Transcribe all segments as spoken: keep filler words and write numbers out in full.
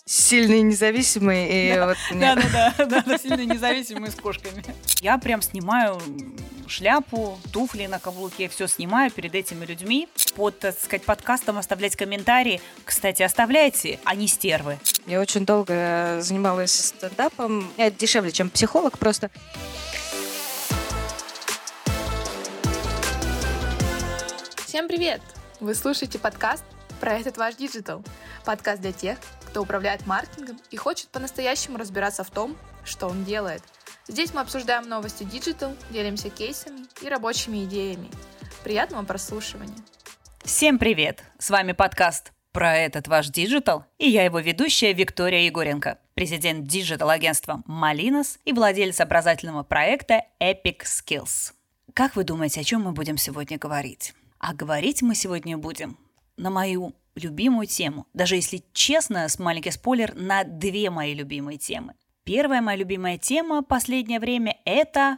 Сильный, независимый и вот... Да, да, да, да, сильный, независимый с кошками. Я прям снимаю шляпу, туфли на каблуке, все снимаю перед этими людьми. Под, так сказать, подкастом оставлять комментарии. Кстати, оставляйте, а не стервы. Я очень долго занималась стендапом. Это дешевле, чем психолог просто. Всем привет! Вы слушаете подкаст «Про этот ваш диджитал». Подкаст для тех, кто управляет маркетингом и хочет по-настоящему разбираться в том, что он делает. Здесь мы обсуждаем новости диджитал, делимся кейсами и рабочими идеями. Приятного прослушивания! Всем привет! С вами подкаст «Про этот ваш диджитал» и я его ведущая Виктория Егоренко, президент диджитал-агентства Malinas и владелец образовательного проекта Epic Skills. Как вы думаете, о чем мы будем сегодня говорить? А говорить мы сегодня будем на мою любимую тему. Даже если честно, с маленький спойлер, на две мои любимые темы. Первая моя любимая тема в последнее время – это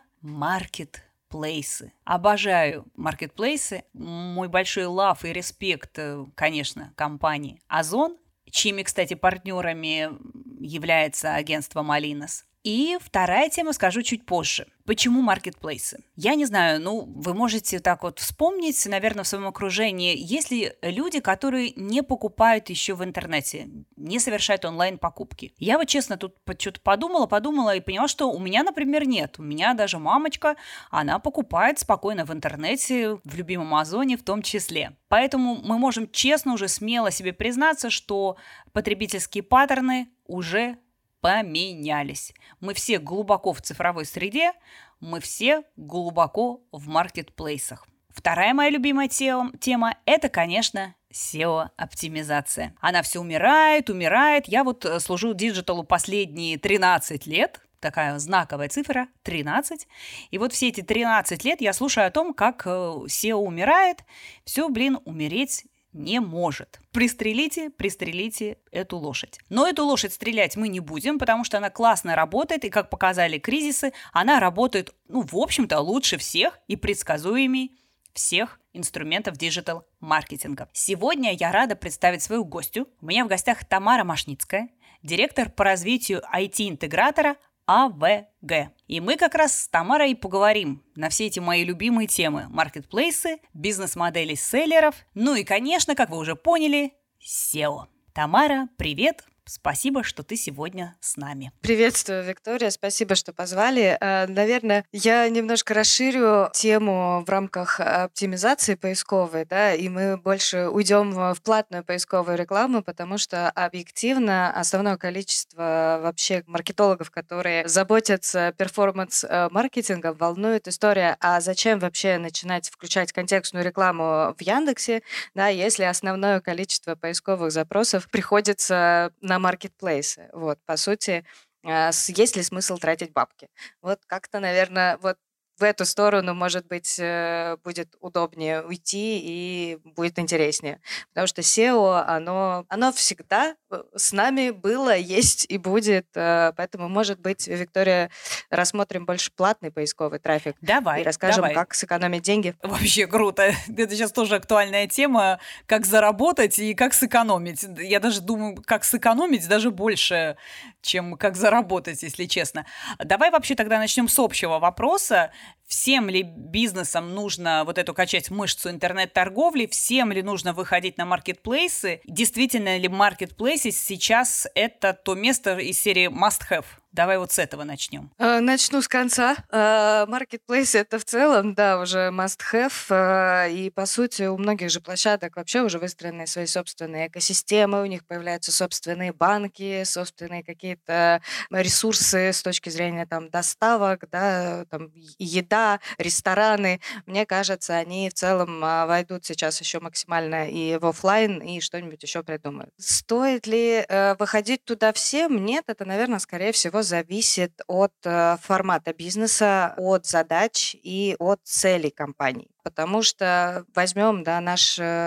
маркетплейсы. Обожаю маркетплейсы. Мой большой лав и респект, конечно, компании Озон, чьими, кстати, партнерами является агентство Malinas. И вторая тема скажу чуть позже. Почему маркетплейсы? Я не знаю, ну, вы можете так вот вспомнить, наверное, в своем окружении, есть ли люди, которые не покупают еще в интернете, не совершают онлайн-покупки. Я вот честно тут что-то подумала, подумала и поняла, что у меня, например, нет. У меня даже мамочка, она покупает спокойно в интернете, в любимом Озоне в том числе. Поэтому мы можем честно уже смело себе признаться, что потребительские паттерны уже поменялись. Мы все глубоко в цифровой среде, мы все глубоко в маркетплейсах. Вторая моя любимая тема, тема – это, конечно, сео-оптимизация. Она все умирает, умирает. Я вот служу диджиталу последние тринадцать лет. Такая знаковая цифра – тринадцать. И вот все эти тринадцать лет я слушаю о том, как сео умирает. Все, блин, умереть не может. Пристрелите, пристрелите эту лошадь. Но эту лошадь стрелять мы не будем, потому что она классно работает, и, как показали кризисы, она работает, ну, в общем-то, лучше всех и предсказуемей всех инструментов диджитал-маркетинга. Сегодня я рада представить свою гостью. У меня в гостях Тамара Машницкая, директор по развитию ай ти-интегратора а вэ гэ. И мы как раз с Тамарой поговорим на все эти мои любимые темы: маркетплейсы, бизнес-модели селлеров, ну и, конечно, как вы уже поняли, сео. Тамара, привет! Спасибо, что ты сегодня с нами. Приветствую, Виктория. Спасибо, что позвали. Наверное, я немножко расширю тему в рамках оптимизации поисковой, да, и мы больше уйдем в платную поисковую рекламу, потому что объективно основное количество вообще маркетологов, которые заботятся перформанс-маркетингом, волнует история, а зачем вообще начинать включать контекстную рекламу в Яндексе, да, если основное количество поисковых запросов приходится на маркетплейсы. Вот, по сути, есть ли смысл тратить бабки? Вот как-то, наверное, вот в эту сторону, может быть, будет удобнее уйти и будет интереснее. Потому что сео, оно, оно всегда с нами было, есть и будет. Поэтому, может быть, Виктория, рассмотрим больше платный поисковый трафик. Давай, и расскажем, давай. Как сэкономить деньги. Вообще круто. Это сейчас тоже актуальная тема, как заработать и как сэкономить. Я даже думаю, как сэкономить даже больше, чем как заработать, если честно. Давай вообще тогда начнем с общего вопроса. Всем ли бизнесам нужно вот эту качать мышцу интернет-торговли? Всем ли нужно выходить на маркетплейсы? Действительно ли маркетплейсы сейчас это то место из серии must-have? Давай вот с этого начнем. Начну с конца. Маркетплейс — это в целом, да, уже must-have. И, по сути, у многих же площадок вообще уже выстроены свои собственные экосистемы, у них появляются собственные банки, собственные какие-то ресурсы с точки зрения там доставок, да, там еда, рестораны. Мне кажется, они в целом войдут сейчас еще максимально и в офлайн, и что-нибудь еще придумают. Стоит ли выходить туда всем? Нет, это, наверное, скорее всего, зависит от э, формата бизнеса, от задач и от целей компании. Потому что возьмем, да, наш э,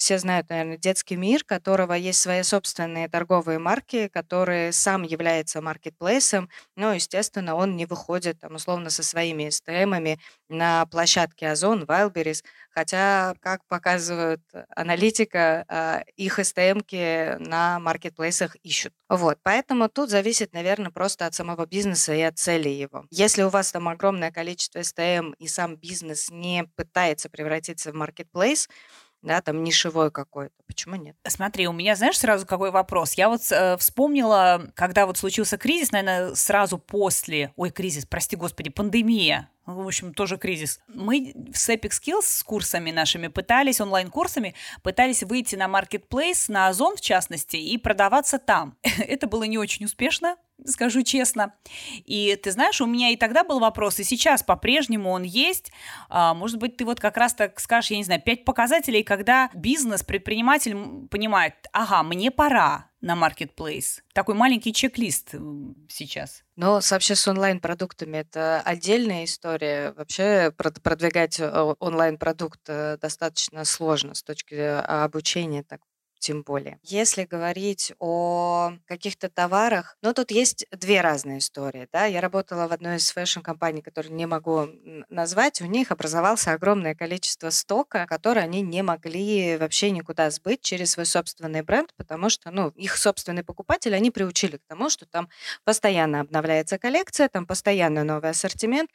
все знают, наверное, Детский мир, у которого есть свои собственные торговые марки, которые сам является маркетплейсом, но, естественно, он не выходит, там, условно, со своими эс тэ эмами на площадке Озон, Wildberries, хотя, как показывает аналитика, а, их эс тэ эмки на маркетплейсах ищут. Вот, поэтому тут зависит, наверное, просто от самого бизнеса и от цели его. Если у вас там огромное количество эс тэ эм и сам бизнес не пытается превратиться в маркетплейс, да, там нишевой какой-то, почему нет? Смотри, у меня, знаешь, сразу какой вопрос. Я вот э, вспомнила, когда вот случился кризис, наверное, сразу после... Ой, кризис, прости господи, пандемия. В общем, тоже кризис. Мы с Epic Skills, с курсами нашими пытались, онлайн-курсами, пытались выйти на маркетплейс, на Озон в частности, и продаваться там. Это было не очень успешно, скажу честно. И ты знаешь, у меня и тогда был вопрос, и сейчас по-прежнему он есть. А, может быть, ты вот как раз так скажешь, я не знаю, пять показателей, когда бизнес, предприниматель понимает, ага, мне пора на маркетплейс. Такой маленький чек-лист сейчас. Но с- вообще с онлайн-продуктами это отдельная история. Вообще прод- продвигать э, онлайн-продукт э, достаточно сложно с точки э, обучения, так тем более. Если говорить о каких-то товарах, ну, тут есть две разные истории, да. Я работала в одной из фэшн-компаний, которую не могу н- назвать. У них образовался огромное количество стока, который они не могли вообще никуда сбыть через свой собственный бренд, потому что, ну, их собственные покупатели, они приучили к тому, что там постоянно обновляется коллекция, там постоянно новый ассортимент,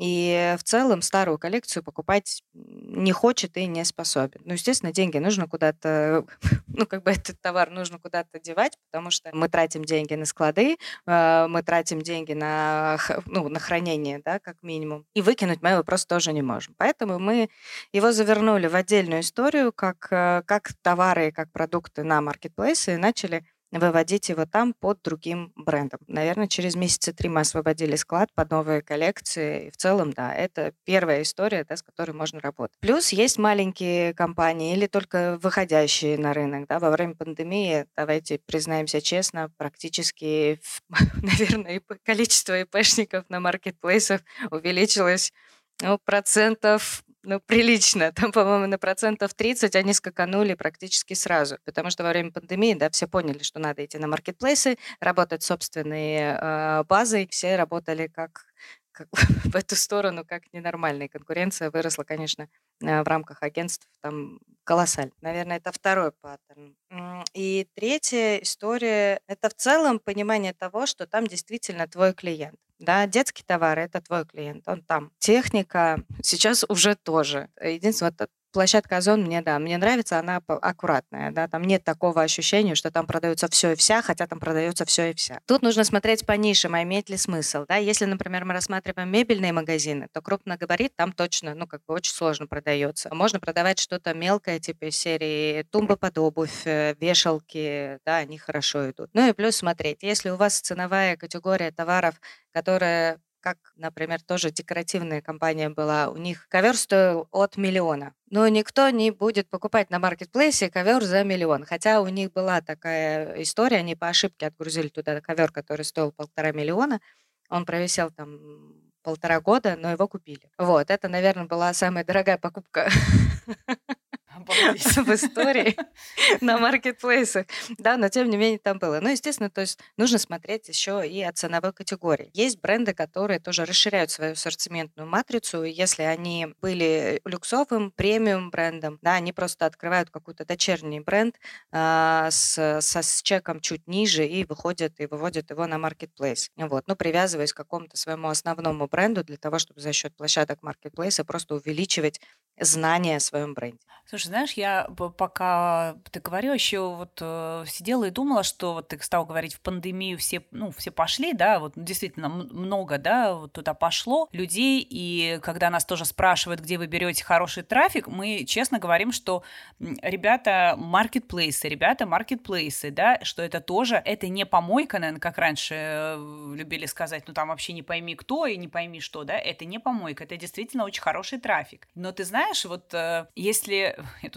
и в целом старую коллекцию покупать не хочет и не способен. Ну, естественно, деньги нужно куда-то, ну, как бы этот товар нужно куда-то девать, потому что мы тратим деньги на склады, э, мы тратим деньги на, х- ну, на хранение, да, как минимум. И выкинуть мы его просто тоже не можем. Поэтому мы его завернули в отдельную историю, как, э, как товары, как продукты на маркетплейсы, и начали выводить его там под другим брендом. Наверное, через месяца три мы освободили склад под новые коллекции. И в целом, да, это первая история, да, с которой можно работать. Плюс есть маленькие компании или только выходящие на рынок. Да, во время пандемии, давайте признаемся честно, практически, наверное, количество ИПшников на маркетплейсах увеличилось, ну, процентов, ну, прилично. Там, по-моему, на процентов тридцать они скаканули практически сразу. Потому что во время пандемии, да, все поняли, что надо идти на маркетплейсы, работать собственной э, базой. Все работали как, как в эту сторону, как ненормальная. Конкуренция выросла, конечно, э, в рамках агентств там колоссально. Наверное, это второй паттерн. М, И третья история– это в целом понимание того, что там действительно твой клиент. Да, детский товар– это твой клиент, он там. Техника сейчас уже тоже. Единственное, вот площадка Озон мне, да, мне нравится, она по- аккуратная, да, там нет такого ощущения, что там продается все и вся, хотя там продается все и вся. Тут нужно смотреть по нишам, а имеет ли смысл, да. Если, например, мы рассматриваем мебельные магазины, то крупногабарит там точно, ну, как бы очень сложно продается. Можно продавать что-то мелкое, типа из серии тумбы под обувь, э, вешалки, да, они хорошо идут. Ну и плюс смотреть, если у вас ценовая категория товаров, которая, как, например, тоже декоративная компания была, у них ковер стоил от миллиона. Но никто не будет покупать на маркетплейсе ковер за миллион. Хотя у них была такая история, они по ошибке отгрузили туда ковер, который стоил полтора миллиона. Он провисел там полтора года, но его купили. Вот, это, наверное, была самая дорогая покупка Обалдеть. в истории на маркетплейсах. Да, но тем не менее там было. Ну, естественно, то есть нужно смотреть еще и от ценовой категории. Есть бренды, которые тоже расширяют свою ассортиментную матрицу, и если они были люксовым, премиум брендом, да, они просто открывают какой-то дочерний бренд а, с, со, с чеком чуть ниже и выходят и выводят его на маркетплейс. Вот, ну, привязываясь к какому-то своему основному бренду для того, чтобы за счет площадок маркетплейса просто увеличивать знания о своем бренде. Слушай, знаешь, я п- пока ты говорила, еще вот э, сидела и думала, что вот ты стал говорить, в пандемию все, ну, все пошли, да, вот действительно м- много, да, вот туда пошло людей, и когда нас тоже спрашивают, где вы берете хороший трафик, мы честно говорим, что м, ребята маркетплейсы, ребята маркетплейсы, да, что это тоже, это не помойка, наверное, как раньше э, любили сказать, ну там вообще не пойми кто и не пойми что, да, это не помойка, это действительно очень хороший трафик. Но ты знаешь, вот э, если, я тут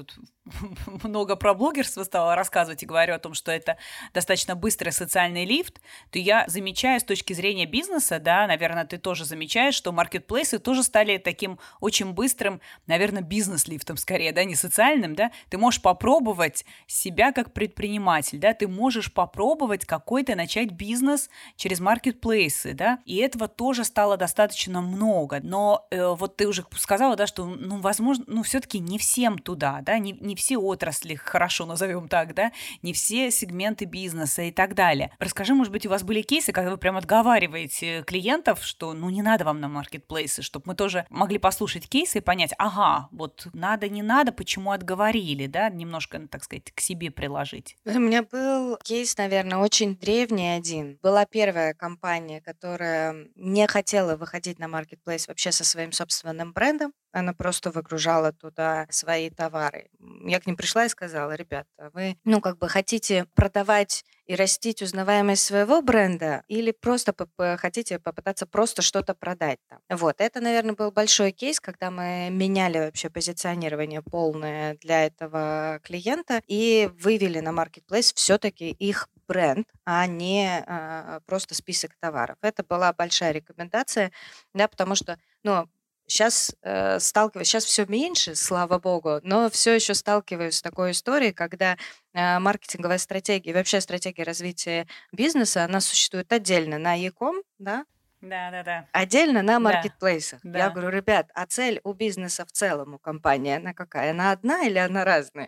много про блогерство стала рассказывать и говорю о том, что это достаточно быстрый социальный лифт, то я замечаю с точки зрения бизнеса, да, наверное, ты тоже замечаешь, что маркетплейсы тоже стали таким очень быстрым, наверное, бизнес-лифтом скорее, да, не социальным, да. Ты можешь попробовать себя как предприниматель, да, ты можешь попробовать какой-то начать бизнес через маркетплейсы, да, и этого тоже стало достаточно много. Но э, вот ты уже сказала, да, что, ну, возможно, ну, все-таки не всем туда, да, не, не все отрасли, хорошо назовем так, да, не все сегменты бизнеса и так далее. Расскажи, может быть, у вас были кейсы, когда вы прям отговариваете клиентов, что, ну, не надо вам на маркетплейсы, чтобы мы тоже могли послушать кейсы и понять, ага, вот надо, не надо, почему отговорили, да, немножко, так сказать, к себе приложить. У меня был кейс, наверное, очень древний один. Была первая компания, которая не хотела выходить на маркетплейс вообще со своим собственным брендом. Она просто выгружала туда свои товары. Я к ним пришла и сказала: ребята, вы, ну, как бы хотите продавать и растить узнаваемость своего бренда или просто поп- хотите попытаться просто что-то продать там? Вот, это, наверное, был большой кейс, когда мы меняли вообще позиционирование полное для этого клиента и вывели на маркетплейс все-таки их бренд, а не а, просто список товаров. Это была большая рекомендация, да, потому что, ну, Сейчас э, сталкиваюсь, сейчас все меньше, слава богу, но все еще сталкиваюсь с такой историей, когда э, маркетинговая стратегия, и вообще стратегия развития бизнеса, она существует отдельно на e-com, да, Да, да, да. отдельно на Да, маркетплейсах. Я да. говорю, ребят, а цель у бизнеса в целом, у компании, она какая? Она одна или она разная?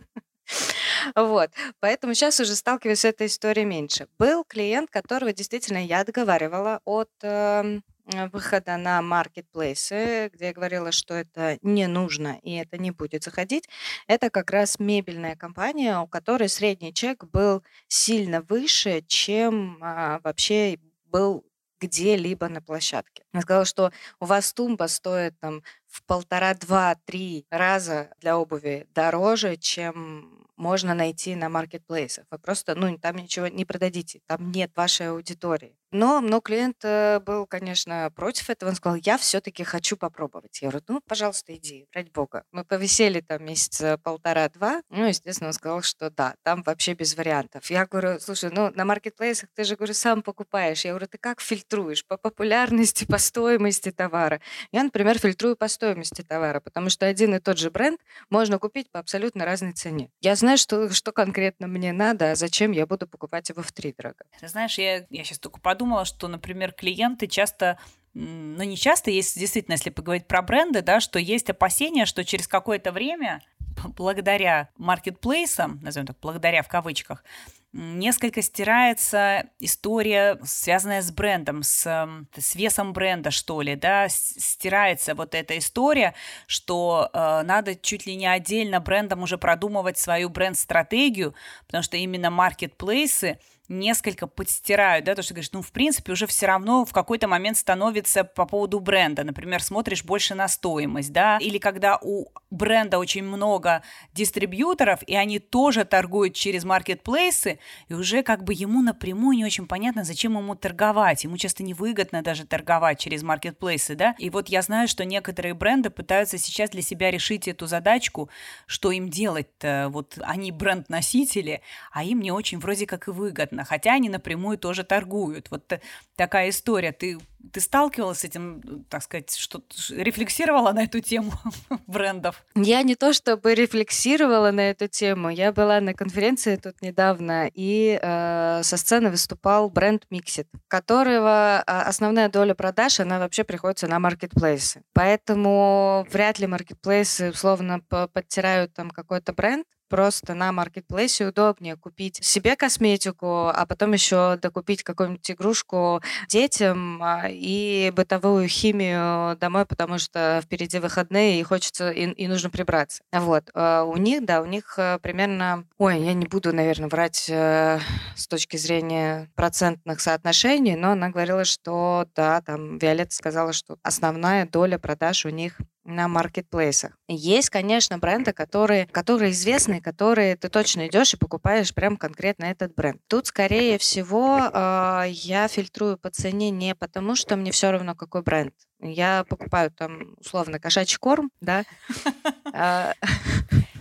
Вот, поэтому сейчас уже сталкиваюсь с этой историей меньше. Был клиент, которого действительно я отговаривала от эм, э, выхода на маркетплейсы, где я говорила, что это не нужно и это не будет заходить. Это как раз мебельная компания, у которой средний чек был сильно выше, чем а, вообще был где-либо на площадке. Она сказала, что у вас тумба стоит там в полтора, два, три раза для обуви дороже, чем можно найти на маркетплейсах. Вы просто, ну, там ничего не продадите, там нет вашей аудитории. Но, но клиент э, был, конечно, против этого. Он сказал, я все-таки хочу попробовать. Я говорю, ну, пожалуйста, иди, ради бога. Мы повисели там месяца полтора-два. Ну, естественно, он сказал, что да, там вообще без вариантов. Я говорю, слушай, ну, на маркетплейсах ты же, говорю, сам покупаешь. Я говорю, ты как фильтруешь? По популярности, по стоимости товара? Я, например, фильтрую по стоимости товара, потому что один и тот же бренд можно купить по абсолютно разной цене. Я знаю, что, что конкретно мне надо, а зачем я буду покупать его втридорога. Ты знаешь, я, я сейчас только подумала, что, например, клиенты часто, м, ну не часто, есть действительно, если поговорить про бренды, да, что есть опасения, что через какое-то время, благодаря маркетплейсам, назовем так, благодаря в кавычках, несколько стирается история, связанная с брендом, с, м, с весом бренда, что ли, да, с- стирается вот эта история, что э, надо чуть ли не отдельно брендом уже продумывать свою бренд-стратегию, потому что именно маркетплейсы несколько подстирают, да, то, что говоришь, ну, в принципе, уже все равно в какой-то момент становится по поводу бренда. Например, смотришь больше на стоимость, да, или когда у бренда очень много дистрибьюторов, и они тоже торгуют через маркетплейсы, и уже как бы ему напрямую не очень понятно, зачем ему торговать. Ему часто невыгодно даже торговать через маркетплейсы, да. И вот я знаю, что некоторые бренды пытаются сейчас для себя решить эту задачку, что им делать-то. Вот они бренд-носители, а им не очень вроде как и выгодно, хотя они напрямую тоже торгуют. Вот та- такая история. Ты, ты сталкивалась с этим, так сказать, что рефлексировала на эту тему брендов? Я не то чтобы рефлексировала на эту тему, я была на конференции тут недавно, и э, со сцены выступал бренд Mixit, которого а, основная доля продаж, она вообще приходится на маркетплейсы. Поэтому вряд ли маркетплейсы условно по- подтирают там какой-то бренд. Просто на маркетплейсе удобнее купить себе косметику, а потом еще докупить какую-нибудь игрушку детям а, и бытовую химию домой, потому что впереди выходные и хочется и, и нужно прибраться. Вот. А у них, да, у них э, примерно... Ой, я не буду, наверное, врать э, с точки зрения процентных соотношений, но она говорила, что да, там Виолетта сказала, что основная доля продаж у них на маркетплейсах. Есть, конечно, бренды, которые, которые известны, которые ты точно идешь и покупаешь прям конкретно этот бренд. Тут, скорее всего, э, я фильтрую по цене не потому, что мне все равно, какой бренд. Я покупаю там, условно, кошачий корм, да, а,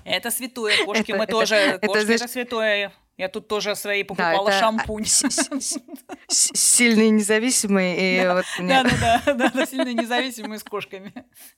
Это святое. Кошки Это- мы это- тоже... это, Кошки знаешь- это святое. Я тут тоже свои Да, покупала это, а, шампунь. с- с- с- с- сильный, независимый, и вот мне... Да-да-да, сильно независимые с кошками.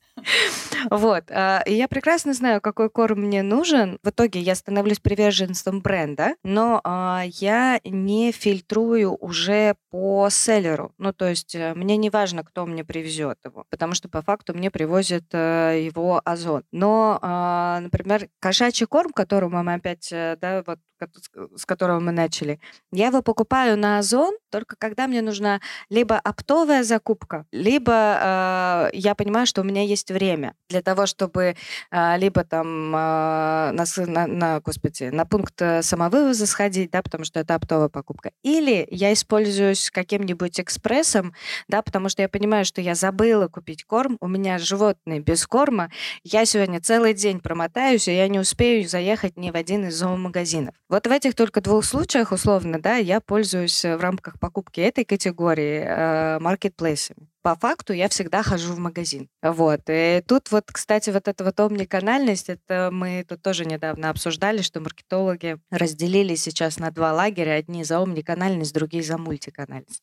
Вот. а, И я прекрасно знаю, какой корм мне нужен. В итоге я становлюсь приверженцем бренда, но а, я не фильтрую уже по селлеру. Ну, то есть э, мне не важно, кто мне привезет его, потому что по факту мне привозит э, его Озон. Но, а, например, кошачий корм, которому мы опять, э, да, вот ко- с с которого мы начали, я его покупаю на Озон только когда мне нужна либо оптовая закупка, либо э, я понимаю, что у меня есть время для того, чтобы э, либо там э, на, с- на, на, господи, на пункт э, самовывоза сходить, да, потому что это оптовая покупка, или я используюсь каким-нибудь экспрессом, да, потому что я понимаю, что я забыла купить корм, у меня животные без корма, я сегодня целый день промотаюсь, и я не успею заехать ни в один из зоомагазинов. Вот в этих только двух случаях, условно, да, я пользуюсь э, в рамках покупки этой категории э, маркетплейсами. По факту я всегда хожу в магазин. Вот. И тут вот, кстати, вот эта вот омниканальность, это мы тут тоже недавно обсуждали, что маркетологи разделили сейчас на два лагеря. Одни за омниканальность, другие за мультиканальность.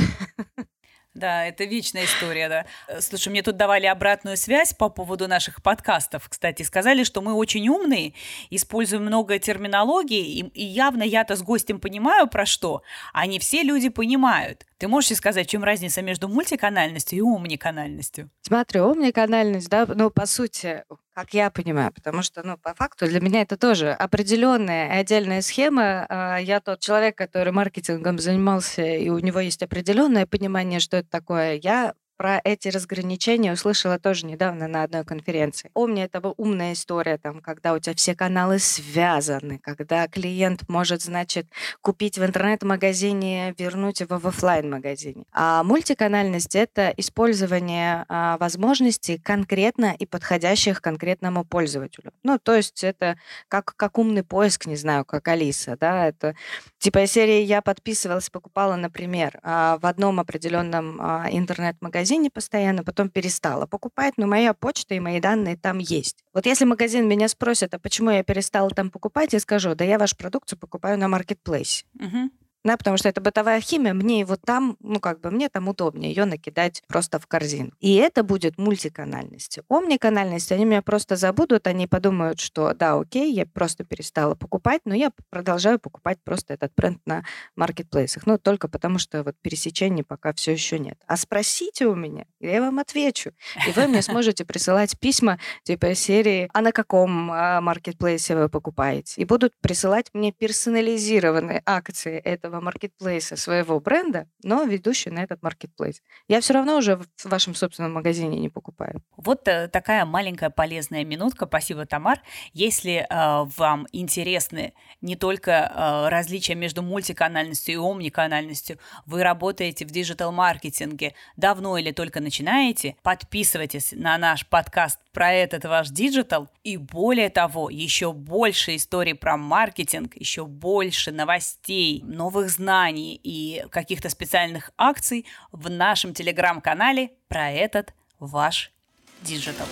Да, это вечная история, да. Э, Слушай, мне тут давали обратную связь по поводу наших подкастов, кстати. Сказали, что мы очень умные, используем много терминологии, и, и явно я-то с гостем понимаю, про что, а не все люди понимают. Ты можешь сказать, в чем разница между мультиканальностью и омниканальностью? Смотри, омниканальность, да, ну, по сути, как я понимаю, потому что, ну, по факту для меня это тоже определенная и отдельная схема. А, Я тот человек, который маркетингом занимался, и у него есть определенное понимание, что это такое. Я про эти разграничения услышала тоже недавно на одной конференции. Омни — это была умная история, там, когда у тебя все каналы связаны, когда клиент может, значит, купить в интернет-магазине, вернуть его в оффлайн-магазине. А мультиканальность — это использование а, возможностей конкретно и подходящих конкретному пользователю. Ну, то есть это как, как умный поиск, не знаю, как Алиса, да, это типа из серии я подписывалась, покупала, например, а, в одном определенном а, интернет-магазине постоянно, потом перестала покупать, но моя почта и мои данные там есть. Вот если магазин меня спросит, а почему я перестала там покупать, я скажу, да я вашу продукцию покупаю на маркетплейсе. Мгм. Да, потому что это бытовая химия, мне его там, ну как бы, мне там удобнее ее накидать просто в корзину. И это будет мультиканальность. Омниканальность, они меня просто забудут, они подумают, что да, окей, я просто перестала покупать, но я продолжаю покупать просто этот бренд на маркетплейсах. Ну, только потому что вот пересечений пока все еще нет. А спросите у меня, я вам отвечу. И вы мне сможете присылать письма типа серии, а на каком а, маркетплейсе вы покупаете? И будут присылать мне персонализированные акции этого маркетплейса своего бренда, но ведущие на этот маркетплейс. Я все равно уже в вашем собственном магазине не покупаю. Вот э, такая маленькая полезная минутка. Спасибо, Тамар. Если э, вам интересны не только э, различия между мультиканальностью и омниканальностью, вы работаете в диджитал-маркетинге давно или только начинаете, подписывайтесь на наш подкаст про этот ваш диджитал. И более того, еще больше историй про маркетинг, еще больше новостей, новых знаний и каких-то специальных акций в нашем телеграм-канале про этот ваш диджитал.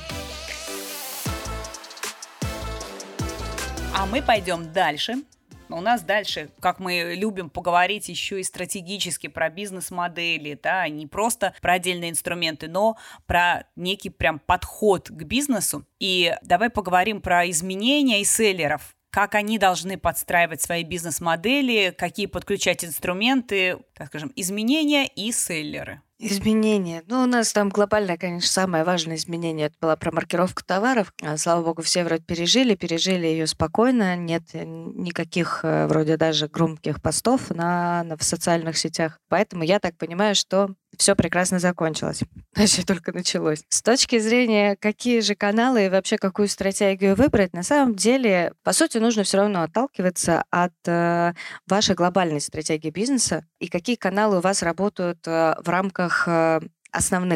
А мы пойдем дальше. У нас дальше, как мы любим поговорить еще и стратегически про бизнес-модели, да, не просто про отдельные инструменты, но про некий прям подход к бизнесу. И давай поговорим про изменения и селлеров. Как они должны подстраивать свои бизнес-модели, какие подключать инструменты, так скажем, изменения и селлеры. Изменения. Ну, у нас там глобальное, конечно, самое важное изменение. Это была про маркировку товаров. А, Слава богу, все вроде пережили, пережили ее спокойно. Нет э, никаких э, вроде даже громких постов на, на- в социальных сетях. Поэтому я так понимаю, что все прекрасно закончилось. Точнее, только началось. С точки зрения, какие же каналы и вообще какую стратегию выбрать, на самом деле, по сути, нужно все равно отталкиваться от э, вашей глобальной стратегии бизнеса и какие каналы у вас работают э, в рамках э, основных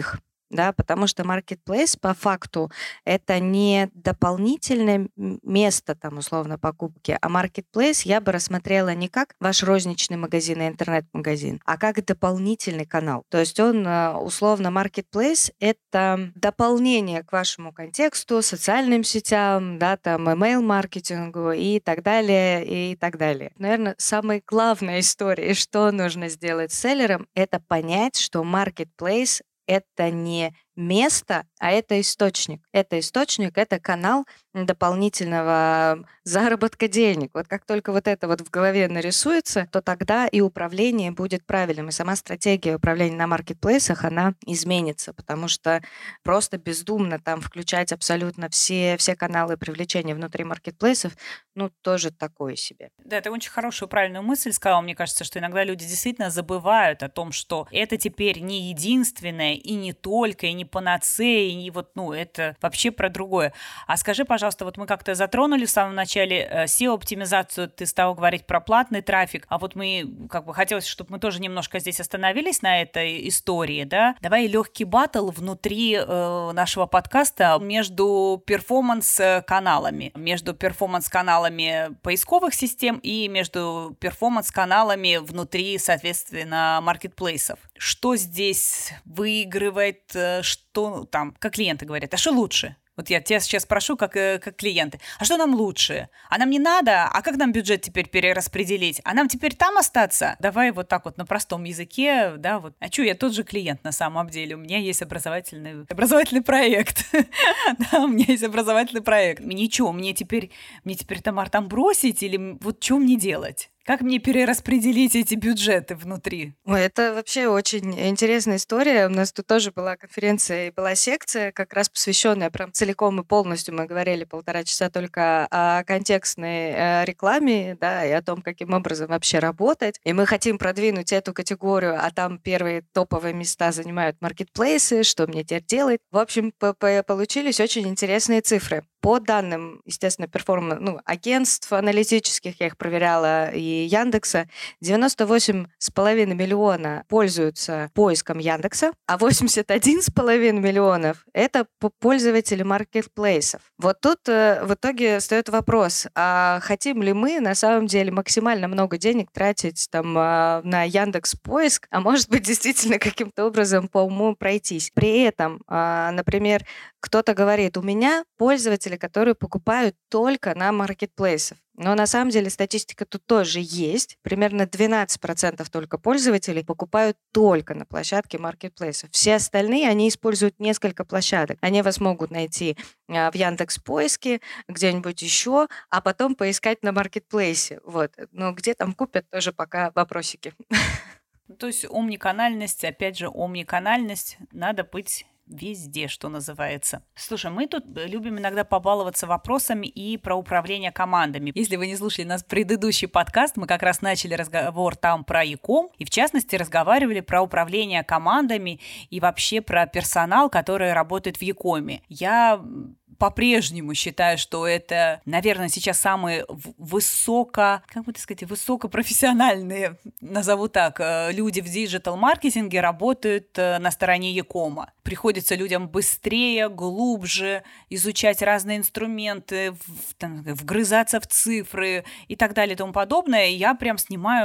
да, потому что marketplace по факту это не дополнительное место, там, условно, покупки, а marketplace я бы рассмотрела не как ваш розничный магазин и интернет-магазин, а как дополнительный канал. То есть он, условно, marketplace — это дополнение к вашему контексту, социальным сетям, да, там, email-маркетингу и так далее, и так далее. Наверное, самая главная история, что нужно сделать с селлером, это понять, что marketplace — это не место, а это источник. Это источник, это канал дополнительного заработка денег. Вот как только вот это вот в голове нарисуется, то тогда и управление будет правильным, и сама стратегия управления на маркетплейсах, она изменится, потому что просто бездумно там включать абсолютно все, все каналы привлечения внутри маркетплейсов, ну, тоже такое себе. Да, ты очень хорошую, правильную мысль сказала. Мне кажется, что иногда люди действительно забывают о том, что это теперь не единственное и не только, и не панацея, и вот, ну, это вообще про другое. А скажи, пожалуйста, вот мы как-то затронули в самом начале эс и о-оптимизацию, ты стал говорить про платный трафик, а вот мы, как бы, хотелось, чтобы мы тоже немножко здесь остановились на этой истории, да? Давай легкий баттл внутри э, нашего подкаста между перформанс-каналами, между перформанс-каналами поисковых систем и между перформанс-каналами внутри, соответственно, маркетплейсов. Что здесь выигрывает, что там, как клиенты говорят, а что лучше? Вот я тебя сейчас спрошу, как, как клиенты, а что нам лучше? А нам не надо? А как нам бюджет теперь перераспределить? А нам теперь там остаться? Давай вот так вот на простом языке, да, вот. А что, я тот же клиент на самом деле, у меня есть образовательный, образовательный проект. Да, у меня есть образовательный проект. Ничего, мне теперь, мне теперь, Тамар, там бросить или вот что мне делать? Как мне перераспределить эти бюджеты внутри? Ой, это вообще очень интересная история. У нас тут тоже была конференция и была секция, как раз посвященная прям целиком и полностью. Мы говорили полтора часа только о контекстной рекламе, да, и о том, каким образом вообще работать. И мы хотим продвинуть эту категорию, а там первые топовые места занимают маркетплейсы, что мне теперь делать. В общем, получились очень интересные цифры. По данным, естественно, перформанс, ну, агентств аналитических, я их проверяла, и Яндекса, девяносто восемь с половиной миллиона пользуются поиском Яндекса, а восемьдесят один с половиной миллионов — это пользователи маркетплейсов. Вот тут э, в итоге встает вопрос, а хотим ли мы на самом деле максимально много денег тратить там э, на Яндекс.Поиск, а может быть действительно каким-то образом по уму пройтись. При этом, э, например, кто-то говорит, у меня пользователи, которые покупают только на маркетплейсах. Но на самом деле статистика тут тоже есть. Примерно двенадцать процентов только пользователей покупают только на площадке маркетплейсов. Все остальные, они используют несколько площадок. Они вас могут найти в Яндекс.Поиске, где-нибудь еще, а потом поискать на маркетплейсе. Вот. Но где там купят, тоже пока вопросики. То есть омниканальность, опять же, омниканальность, надо быть везде, что называется. Слушай, мы тут любим иногда побаловаться вопросами и про управление командами. Если вы не слушали наш предыдущий подкаст, мы как раз начали разговор там про e-com, и в частности разговаривали про управление командами и вообще про персонал, который работает в e-com. Я по-прежнему считаю, что это, наверное, сейчас самые высоко, как бы так сказать, высокопрофессиональные, назову так, люди в диджитал-маркетинге работают на стороне e-com. Приходится людям быстрее, глубже изучать разные инструменты, в, там, вгрызаться в цифры и так далее и тому подобное. Я прям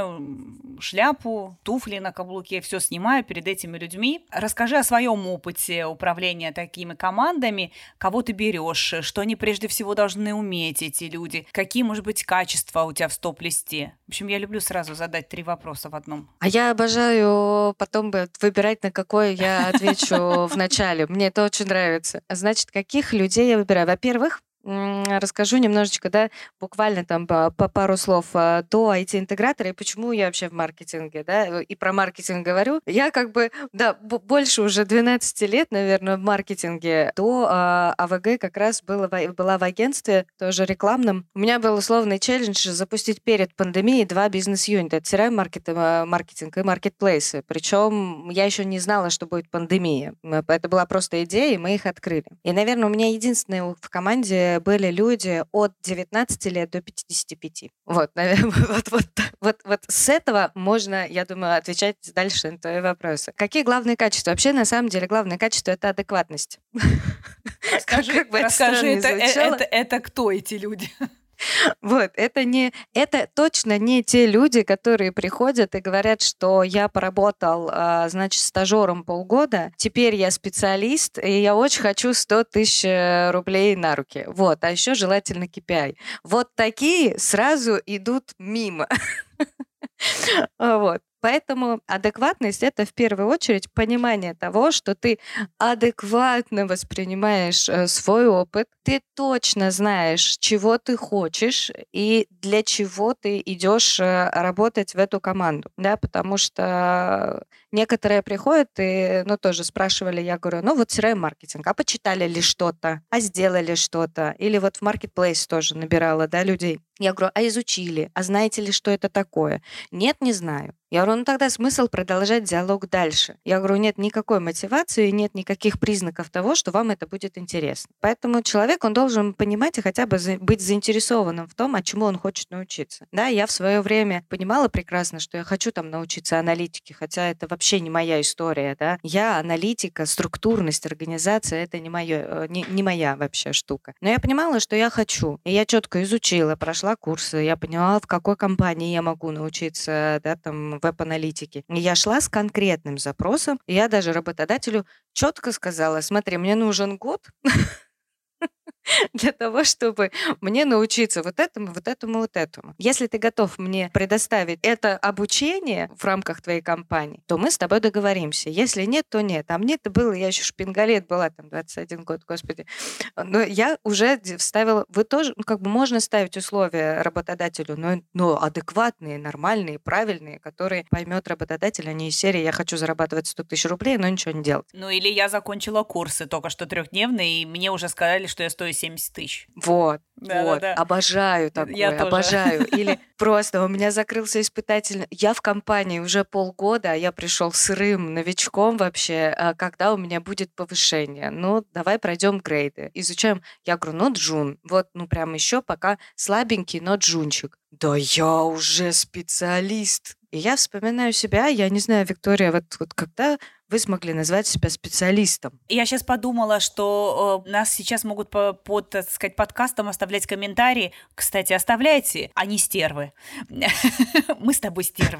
снимаю шляпу, туфли на каблуке, все снимаю перед этими людьми. Расскажи о своем опыте управления такими командами, кого ты берешь, что они прежде всего должны уметь, эти люди, какие, может быть, качества у тебя в стоп-листе. В общем, я люблю сразу задать три вопроса в одном. А я обожаю потом выбирать, на какой я отвечу в начале. Мне это очень нравится. Значит, каких людей я выбираю? Во-первых, расскажу немножечко, да, буквально там по, по пару слов до ай ти-интегратора и почему я вообще в маркетинге, да, и про маркетинг говорю. Я как бы, да, больше уже двенадцать лет, наверное, в маркетинге. До а, АВГ как раз было, была в агентстве, тоже рекламном. У меня был условный челлендж запустить перед пандемией два бизнес-юнита. Это си ар эм-маркетинг и маркетплейсы. Причем я еще не знала, что будет пандемия. Это была просто идея, и мы их открыли. И, наверное, у меня единственный в команде которые были люди от девятнадцати лет до пятидесяти пяти. Вот, наверное, вот, вот, вот, вот с этого можно, я думаю, отвечать дальше на твои вопросы. Какие главные качества? Вообще, на самом деле, главное качество — это адекватность. Расскажи, Как бы это расскажи странно ни это, э- звучало. это, это кто эти люди? Вот, это не, это точно не те люди, которые приходят и говорят, что я поработал, а, значит, стажером полгода, теперь я специалист, и я очень хочу сто тысяч э, рублей на руки. Вот, а еще желательно кей пи ай. Вот такие сразу идут мимо. Вот. Поэтому адекватность — это в первую очередь понимание того, что ты адекватно воспринимаешь э, свой опыт, ты точно знаешь, чего ты хочешь и для чего ты идешь э, работать в эту команду, да, потому что некоторые приходят и, ну, тоже спрашивали, я говорю, ну, вот си ар эм-маркетинг, а почитали ли что-то, а сделали что-то, или вот в Marketplace тоже набирала, да, людей. Я говорю, а изучили, а знаете ли, что это такое? Нет, не знаю. Я говорю, ну тогда смысл продолжать диалог дальше. Я говорю, нет никакой мотивации, нет никаких признаков того, что вам это будет интересно. Поэтому человек, он должен понимать и хотя бы за- быть заинтересованным в том, а чему он хочет научиться. Да, я в свое время понимала прекрасно, что я хочу там научиться аналитике, хотя это вообще не моя история, да. Я аналитика, структурность, организация — это не, моё, не, не моя вообще штука. Но я понимала, что я хочу. И я четко изучила, прошла курсы, я поняла, в какой компании я могу научиться, да, там, веб-аналитики. И я шла с конкретным запросом, и я даже работодателю четко сказала, смотри, мне нужен год для того, чтобы мне научиться вот этому, вот этому, вот этому. Если ты готов мне предоставить это обучение в рамках твоей компании, то мы с тобой договоримся. Если нет, то нет. А мне это было, я еще шпингалет была, там, двадцать один год, господи. Но я уже вставила, вы тоже, ну, как бы можно ставить условия работодателю, но, но адекватные, нормальные, правильные, которые поймет работодатель, а не из серии «я хочу зарабатывать сто тысяч рублей, но ничего не делать». Ну или я закончила курсы только что трехдневные, и мне уже сказали, что я стою семьдесят тысяч. Вот, Да, вот. да, да. Обожаю такое, Я тоже. обожаю. Или просто у меня закрылся испытательный... Я в компании уже полгода, а я пришел сырым новичком вообще, а когда у меня будет повышение. Ну, давай пройдем грейды. Изучаем. Я говорю, ну, джун. Вот, ну, прям еще пока слабенький, но джунчик. Да я уже специалист. И я вспоминаю себя, я не знаю, Виктория, вот, вот когда вы смогли назвать себя специалистом? Я сейчас подумала, что э, нас сейчас могут по, под, так сказать, подкастом оставлять комментарии. Кстати, оставляйте, они стервы. Мы с тобой стервы.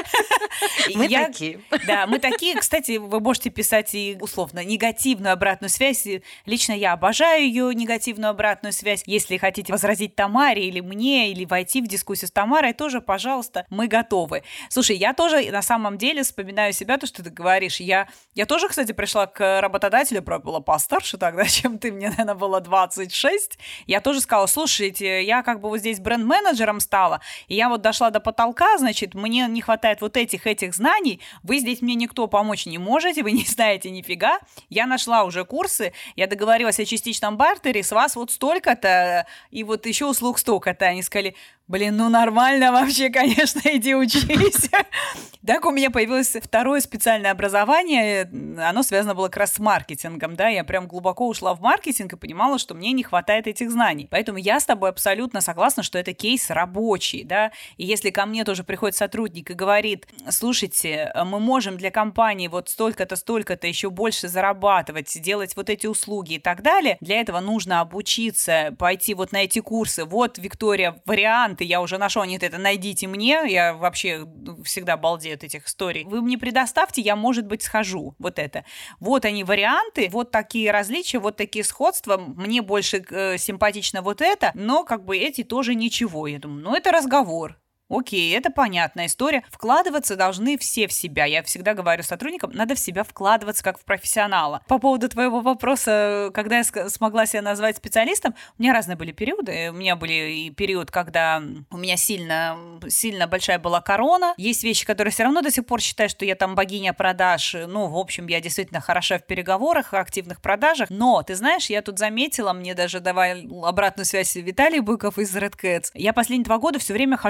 Мы такие. Да, мы такие. Кстати, вы можете писать и условно негативную обратную связь. Лично я обожаю ее негативную обратную связь. Если хотите возразить Тамаре или мне, или войти в дискуссию с Тамарой, тоже, пожалуйста, мы готовы. Слушай, я тоже на самом деле вспоминаю себя, то, что ты говоришь. Я, я тоже, кстати, пришла к работодателю, правда, была постарше тогда, чем ты, мне, наверное, было двадцать шесть. Я тоже сказала, слушайте, я как бы вот здесь бренд-менеджером стала, и я вот дошла до потолка, значит, мне не хватает вот этих, этих знаний, вы здесь мне никто помочь не можете, вы не знаете нифига. Я нашла уже курсы, я договорилась о частичном бартере, с вас вот столько-то, и вот еще услуг столько-то. Они сказали, блин, ну нормально вообще, конечно, иди учись. Так у меня появилось второе специальное образование, оно связано было как раз с маркетингом, да, я прям глубоко ушла в маркетинг и понимала, что мне не хватает этих знаний. Поэтому я с тобой абсолютно согласна, что это кейс рабочий, да, и если ко мне тоже приходит сотрудник и говорит, слушайте, мы можем для компании вот столько-то, столько-то еще больше зарабатывать, делать вот эти услуги и так далее, для этого нужно обучиться, пойти вот на эти курсы, вот, Виктория, варианты, я уже нашла, нет, это найдите мне, я вообще всегда балдею от этих историй. Вы мне предоставьте, я, может быть, схожу. Вот это. Вот они варианты, вот такие различия, вот такие сходства. Мне больше э, симпатично вот это, но как бы эти тоже ничего. Я думаю, ну это разговор. Окей, это понятная история. Вкладываться должны все в себя. Я всегда говорю сотрудникам, надо в себя вкладываться как в профессионала. По поводу твоего вопроса, когда я смогла себя назвать специалистом, у меня разные были периоды. У меня были и период, когда у меня сильно, сильно большая была корона. Есть вещи, которые все равно до сих пор считаю, что я там богиня продаж. Ну, в общем, я действительно хороша в переговорах, активных продажах. Но, ты знаешь, я тут заметила, мне даже давал обратную связь Виталий Быков из Red Cats. Я последние два года все время хожу учусь.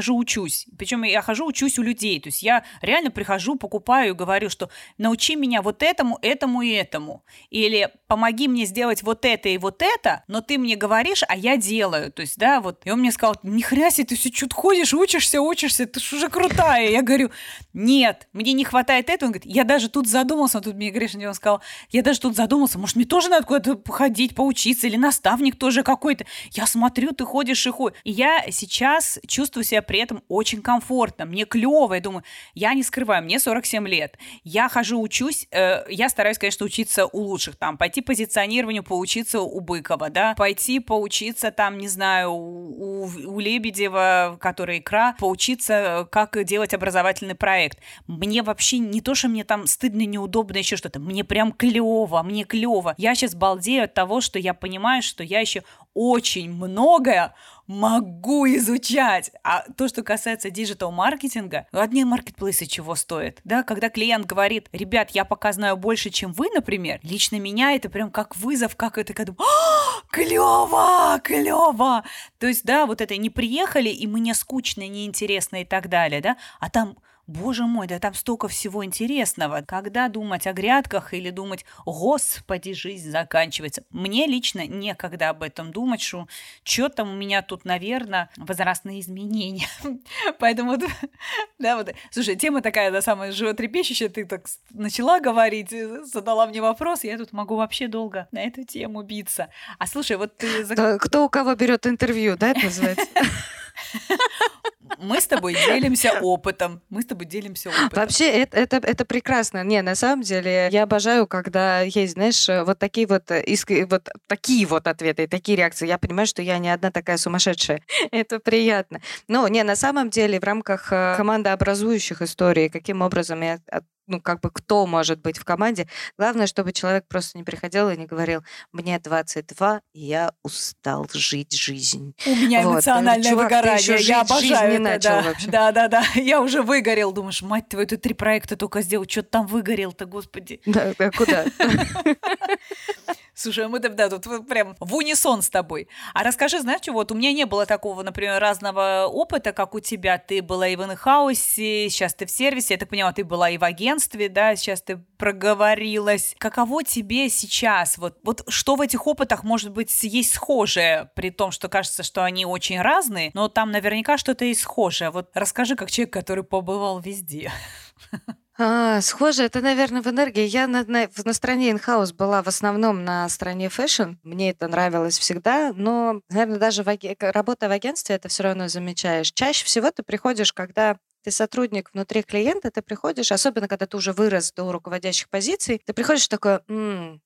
учусь. Причем я хожу, учусь у людей. То есть я реально прихожу, покупаю и говорю, что научи меня вот этому, этому и этому. Или помоги мне сделать вот это и вот это, но ты мне говоришь, а я делаю. То есть, да, вот. И он мне сказал, нихрена себе, ты все что-то ходишь, учишься, учишься, ты ж уже крутая. Я говорю, нет, мне не хватает этого. Он говорит, я даже тут задумался, тут мне Гришин сказал, я даже тут задумался, может, мне тоже надо куда-то походить, поучиться, или наставник тоже какой-то. Я смотрю, ты ходишь и ходишь. И я сейчас чувствую себя при этом очень комфортно, мне клево, я думаю, я не скрываю, мне сорок семь лет, я хожу, учусь, э, я стараюсь, конечно, учиться у лучших, там, пойти позиционированию, поучиться у Быкова, да, пойти поучиться, там, не знаю, у, у, у Лебедева, который икра, поучиться, как делать образовательный проект. Мне вообще не то, что мне там стыдно, неудобно, еще что-то, мне прям клево, мне клево. Я сейчас балдею от того, что я понимаю, что я еще очень многое могу изучать. А то, что касается диджитал-маркетинга, одни маркетплейсы чего стоят, да, когда клиент говорит, ребят, я пока знаю больше, чем вы, например, лично меня это прям как вызов, как это, когда клево, клево. То есть, да, вот это не приехали, и мне скучно, неинтересно и так далее, да, а там боже мой, да там столько всего интересного. Когда думать о грядках или думать, господи, жизнь заканчивается. Мне лично некогда об этом думать, что что там у меня тут, наверное, возрастные изменения. Поэтому, да, вот. Слушай, тема такая, да, самая животрепещущая. Ты так начала говорить, задала мне вопрос, я тут могу вообще долго на эту тему биться. А слушай, вот ты... Кто у кого берет интервью, да, это называется? Мы с тобой делимся опытом. Мы с тобой делимся опытом. Вообще, это, это, это прекрасно. Не, на самом деле, я обожаю, когда есть, знаешь, вот такие вот, иск... вот такие вот ответы и такие реакции. Я понимаю, что я не одна такая сумасшедшая. Это приятно. Но, не, на самом деле, в рамках командообразующих историй, каким образом я ну, как бы кто может быть в команде. Главное, чтобы человек просто не приходил и не говорил, мне двадцать два, и я устал жить жизнь. У меня вот. Эмоциональное Чувак, выгорание, я обожаю не это. Начал да. вообще. да, да, да, я уже выгорел. Думаешь, мать твою, ты три проекта только сделал, что ты там выгорел-то, господи. Да, да, куда? Слушай, мы да, тут прям в унисон с тобой. А расскажи, знаешь, что вот у меня не было такого, например, разного опыта, как у тебя. Ты была и в инхаусе, сейчас ты в сервисе, я так поняла, ты была и в агентстве, да, сейчас ты проговорилась. Каково тебе сейчас? Вот, вот что в этих опытах, может быть, есть схожее, при том, что кажется, что они очень разные, но там наверняка что-то есть схожее. Вот расскажи, как человек, который побывал везде. А, схоже, это, наверное, в энергии. Я на, на, на стороне in-house была в основном на стороне фэшн. Мне это нравилось всегда, но, наверное, даже в аге... работая в агентстве, это все равно замечаешь. Чаще всего ты приходишь, когда ты сотрудник внутри клиента, ты приходишь, особенно когда ты уже вырос до руководящих позиций, ты приходишь такой, м-м,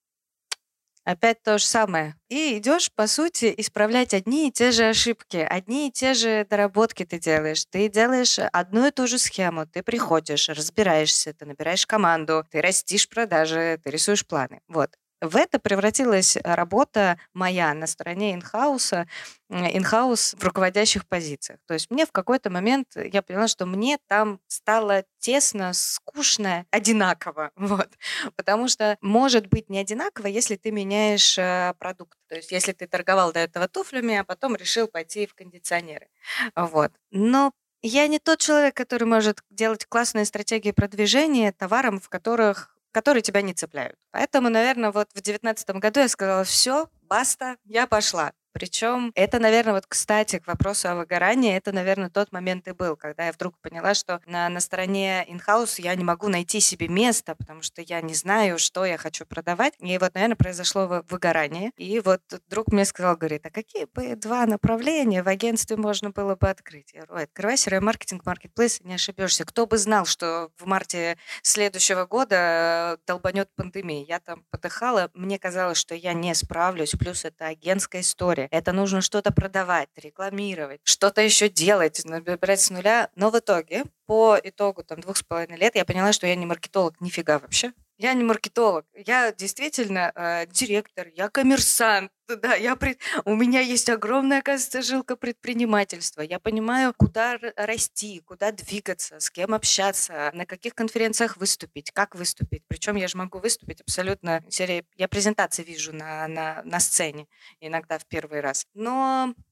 опять то же самое. И идешь, по сути, исправлять одни и те же ошибки, одни и те же доработки ты делаешь. Ты делаешь одну и ту же схему. Ты приходишь, разбираешься, ты набираешь команду, ты растишь продажи, ты рисуешь планы. Вот. В это превратилась работа моя на стороне инхауса, инхаус в руководящих позициях. То есть мне в какой-то момент, я поняла, что мне там стало тесно, скучно, одинаково. Вот. Потому что может быть не одинаково, если ты меняешь продукт. То есть если ты торговал до этого туфлями, а потом решил пойти в кондиционеры. Вот. Но я не тот человек, который может делать классные стратегии продвижения товарам, в которых которые тебя не цепляют. Поэтому, наверное, вот в девятнадцатом году я сказала, все, баста, я пошла. Причем это, наверное, вот, кстати, к вопросу о выгорании, это, наверное, тот момент и был, когда я вдруг поняла, что на, на стороне in-house я не могу найти себе место, потому что я не знаю, что я хочу продавать. И вот, наверное, произошло выгорание. И вот друг мне сказал, говорит, а какие бы два направления в агентстве можно было бы открыть? Я говорю, открывай си ар эм-маркетинг, маркетплейс, не ошибешься. Кто бы знал, что в марте следующего года долбанет пандемия. Я там подыхала, мне казалось, что я не справлюсь, плюс это агентская история. Это нужно что-то продавать, рекламировать, что-то еще делать, набирать с нуля. Но в итоге, по итогу там, двух с половиной лет, я поняла, что я не маркетолог нифига вообще. Я не маркетолог. Я действительно э, директор, я коммерсант. Да, я пред... У меня есть огромная, оказывается, жилка предпринимательства. Я понимаю, куда расти, куда двигаться, с кем общаться, на каких конференциях выступить, как выступить. Причем я же могу выступить абсолютно... Серии... Я презентации вижу на, на, на сцене иногда в первый раз. Но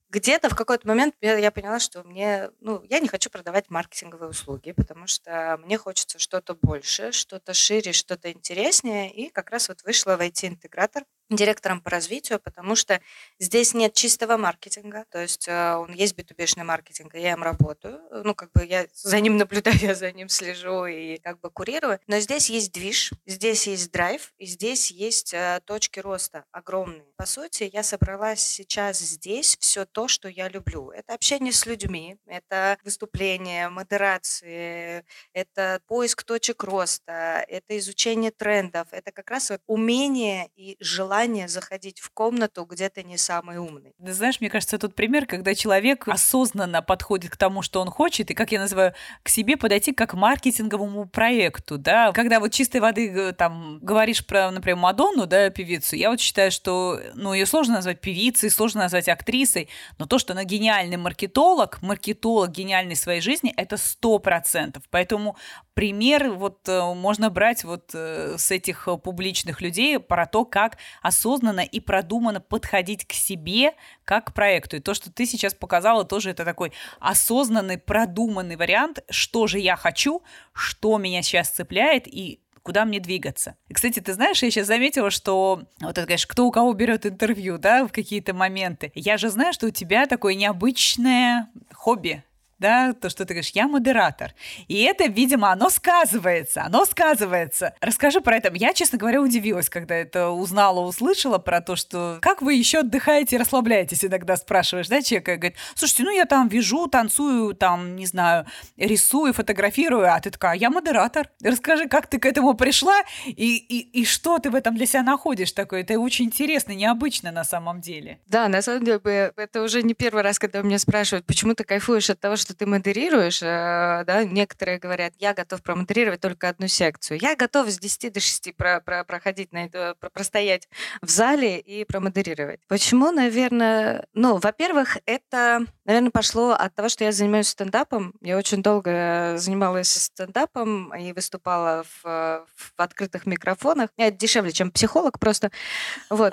где-то в какой-то момент я я поняла, что мне, ну, я не хочу продавать маркетинговые услуги, потому что мне хочется что-то больше, что-то шире, что-то интереснее. И как раз вот вышла в ай ти-интегратор директором по развитию, потому что здесь нет чистого маркетинга, то есть э, он есть би ту би-шный маркетинг, и я им работаю, э, ну, как бы я за ним наблюдаю, я за ним слежу и как бы курирую, но здесь есть движ, здесь есть драйв, и здесь есть э, точки роста огромные. По сути, я собралась сейчас здесь все то, что я люблю. Это общение с людьми, это выступления, модерации, это поиск точек роста, это изучение трендов, это как раз вот умение и желание заходить в комнату, где ты не самый умный. Ты знаешь, мне кажется, тот пример, когда человек осознанно подходит к тому, что он хочет, и, как я называю, к себе подойти как к маркетинговому проекту, да. Когда вот чистой воды э, там говоришь про, например, Мадонну, да, певицу, я вот считаю, что, ну, ее сложно назвать певицей, сложно назвать актрисой, но то, что она гениальный маркетолог, маркетолог гениальный в своей жизни, это сто процентов. Поэтому пример вот э, можно брать вот э, с этих э, публичных людей про то, как осознанно и продуманно подходить к себе как к проекту. И то, что ты сейчас показала, тоже это такой осознанный, продуманный вариант, что же я хочу, что меня сейчас цепляет и куда мне двигаться. И, кстати, ты знаешь, я сейчас заметила, что вот это, конечно, кто у кого берет интервью, да, в какие-то моменты. Я же знаю, что у тебя такое необычное хобби. Да, то, что ты говоришь, я модератор. И это, видимо, оно сказывается, оно сказывается. Расскажи про это. Я, честно говоря, удивилась, когда это узнала, услышала про то, что как вы еще отдыхаете и расслабляетесь, иногда спрашиваешь, да, человека, говорит, слушайте, ну я там вяжу, танцую, там, не знаю, рисую, фотографирую, а ты такая, я модератор. Расскажи, как ты к этому пришла и, и, и что ты в этом для себя находишь такое? Это очень интересно, необычно на самом деле. Да, на самом деле, это уже не первый раз, когда меня спрашивают, почему ты кайфуешь от того, что ты модерируешь, э, да, некоторые говорят, я готов промодерировать только одну секцию. Я готов с десяти до шести про, про, проходить на это, про, простоять в зале и промодерировать. Почему, наверное, ну, во-первых, это, наверное, пошло от того, что я занимаюсь стендапом. Я очень долго занималась стендапом и выступала в, в открытых микрофонах. Это дешевле, чем психолог просто. Вот.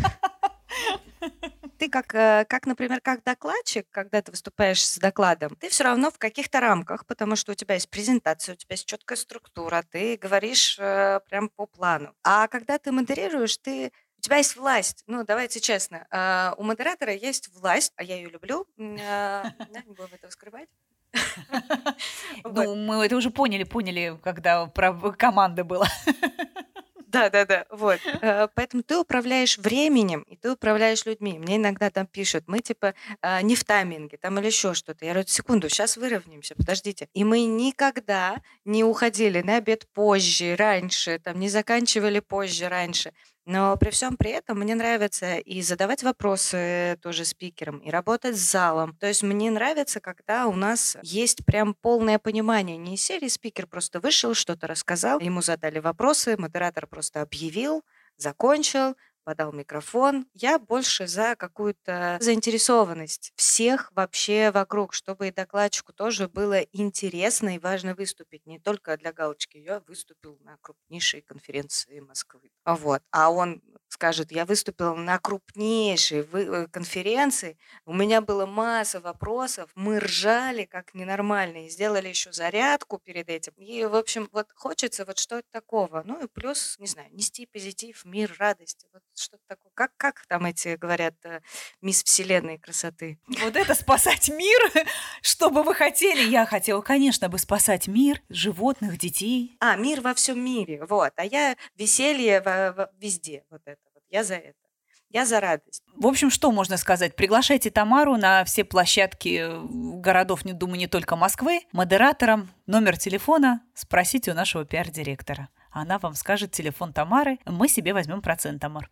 Ты как, как, например, как докладчик, когда ты выступаешь с докладом, ты все равно в каких-то рамках, потому что у тебя есть презентация, у тебя есть четкая структура, ты говоришь э, прям по плану. А когда ты модерируешь, ты у тебя есть власть. Ну, давайте честно. Э, у модератора есть власть, а я ее люблю. Э, да, не будем этого скрывать. Ну, мы это уже поняли, поняли, когда про команда была. Да, да, да, вот. Поэтому ты управляешь временем, и ты управляешь людьми. Мне иногда там пишут, мы типа не в тайминге, там или еще что-то. Я говорю, секунду, сейчас выровняемся, подождите. И мы никогда не уходили на обед позже, раньше, там не заканчивали позже, раньше. Но при всем при этом мне нравится и задавать вопросы тоже спикерам, и работать с залом. То есть мне нравится, когда у нас есть прям полное понимание. Не из серии спикер просто вышел, что-то рассказал, ему задали вопросы, модератор просто объявил, закончил, подал микрофон. Я больше за какую-то заинтересованность всех вообще вокруг, чтобы и докладчику тоже было интересно и важно выступить. Не только для галочки. Я выступил на крупнейшей конференции Москвы. Вот. А он скажет, я выступил на крупнейшей вы- конференции, у меня была масса вопросов, мы ржали как ненормальные, сделали еще зарядку перед этим. И, в общем, вот хочется вот что-то такого. Ну и плюс, не знаю, нести позитив, мир, радость. Вот что-то такое. Как, как там эти, говорят, э, мисс Вселенной красоты? Вот это спасать мир? Что бы вы хотели? Я хотела, конечно, бы спасать мир, животных, детей. А, мир во всем мире, вот. А я веселье во- во- везде, вот это вот. Я за это. Я за радость. В общем, что можно сказать? Приглашайте Тамару на все площадки городов, не думаю, не только Москвы. Модератором номер телефона спросите у нашего пиар-директора. Она вам скажет телефон Тамары. Мы себе возьмем процент, Тамар.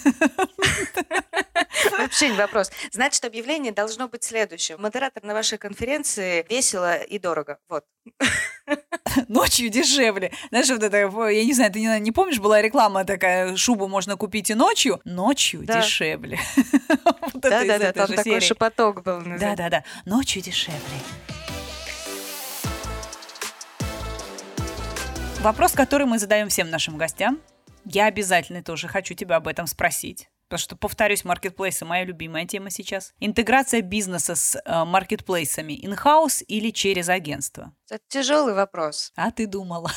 Вообще не вопрос. Значит, объявление должно быть следующее. Модератор на вашей конференции весело и дорого. Вот. Ночью дешевле. Знаешь, вот это, я не знаю, ты не, не помнишь, была реклама такая, шубу можно купить и ночью, ночью да. дешевле. Вот да-да-да, там такой серии. Шепоток был. Да-да-да, ночью дешевле. Вопрос, который мы задаем всем нашим гостям. Я обязательно тоже хочу тебя об этом спросить. Потому что, повторюсь, маркетплейсы — моя любимая тема сейчас. Интеграция бизнеса с э, маркетплейсами in-house или через агентство? Это тяжелый вопрос. А ты думала?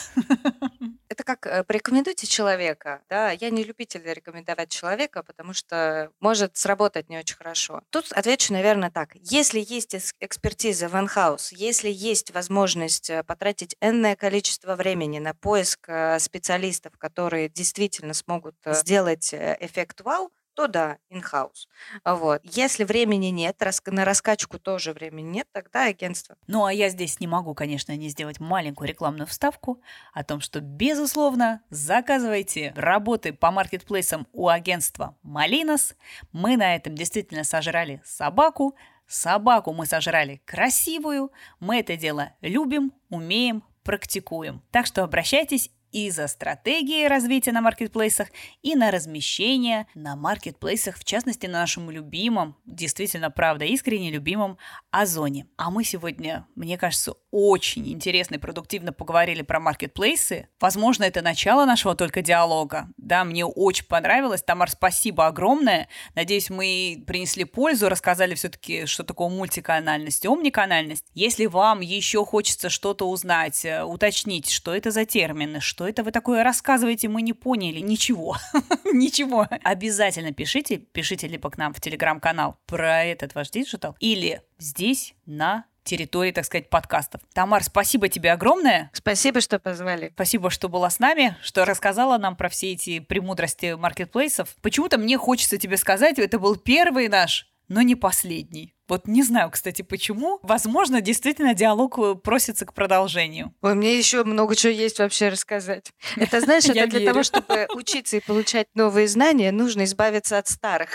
Это как э, порекомендуйте человека. Да? Я не любитель рекомендовать человека, потому что может сработать не очень хорошо. Тут отвечу, наверное, так. Если есть эс- экспертиза в in-house, если есть возможность э, потратить энное количество времени на поиск э, специалистов, которые действительно смогут э, сделать э, эффект вау, то да, in-house. Вот. Если времени нет, рас- на раскачку тоже времени нет, тогда агентство. Ну, а я здесь не могу, конечно, не сделать маленькую рекламную вставку о том, что, безусловно, заказывайте работы по маркетплейсам у агентства Malinas. Мы на этом действительно сожрали собаку. Собаку мы сожрали красивую. Мы это дело любим, умеем, практикуем. Так что обращайтесь и за стратегией развития на маркетплейсах, и на размещение на маркетплейсах, в частности, на нашем любимом, действительно, правда, искренне любимом Озоне. А мы сегодня, мне кажется, очень интересно и продуктивно поговорили про маркетплейсы. Возможно, это начало нашего только диалога. Да, мне очень понравилось. Тамар, спасибо огромное. Надеюсь, мы принесли пользу, рассказали все-таки, что такое мультиканальность и омниканальность. Если вам еще хочется что-то узнать, уточнить, что это за термины, что это вы такое рассказываете, мы не поняли. Ничего. Ничего. Обязательно пишите. Пишите либо к нам в телеграм-канал про этот ваш диджитал, или здесь на территории, так сказать, подкастов. Тамар, спасибо тебе огромное. Спасибо, что позвали. Спасибо, что была с нами, что рассказала нам про все эти премудрости маркетплейсов. Почему-то мне хочется тебе сказать, это был первый наш, но не последний. Вот не знаю, кстати, почему. Возможно, действительно диалог просится к продолжению. Ой, мне еще много чего есть вообще рассказать. Это, знаешь, это для того, чтобы учиться и получать новые знания, нужно избавиться от старых.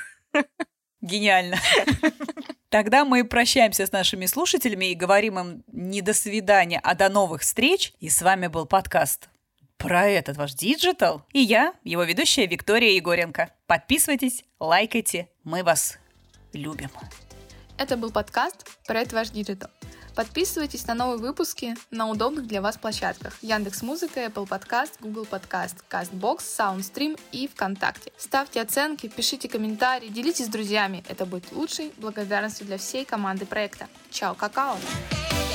Гениально. Тогда мы прощаемся с нашими слушателями и говорим им не до свидания, а до новых встреч. И с вами был подкаст про этот ваш диджитал. И я, его ведущая Виктория Егоренко. Подписывайтесь, лайкайте. Мы вас любим. Это был подкаст «Проект Ваш Диджитал». Подписывайтесь на новые выпуски на удобных для вас площадках: Яндекс.Музыка, Apple Podcast, Google Podcast, CastBox, SoundStream и ВКонтакте. Ставьте оценки, пишите комментарии, делитесь с друзьями. Это будет лучшей благодарностью для всей команды проекта. Чао, какао!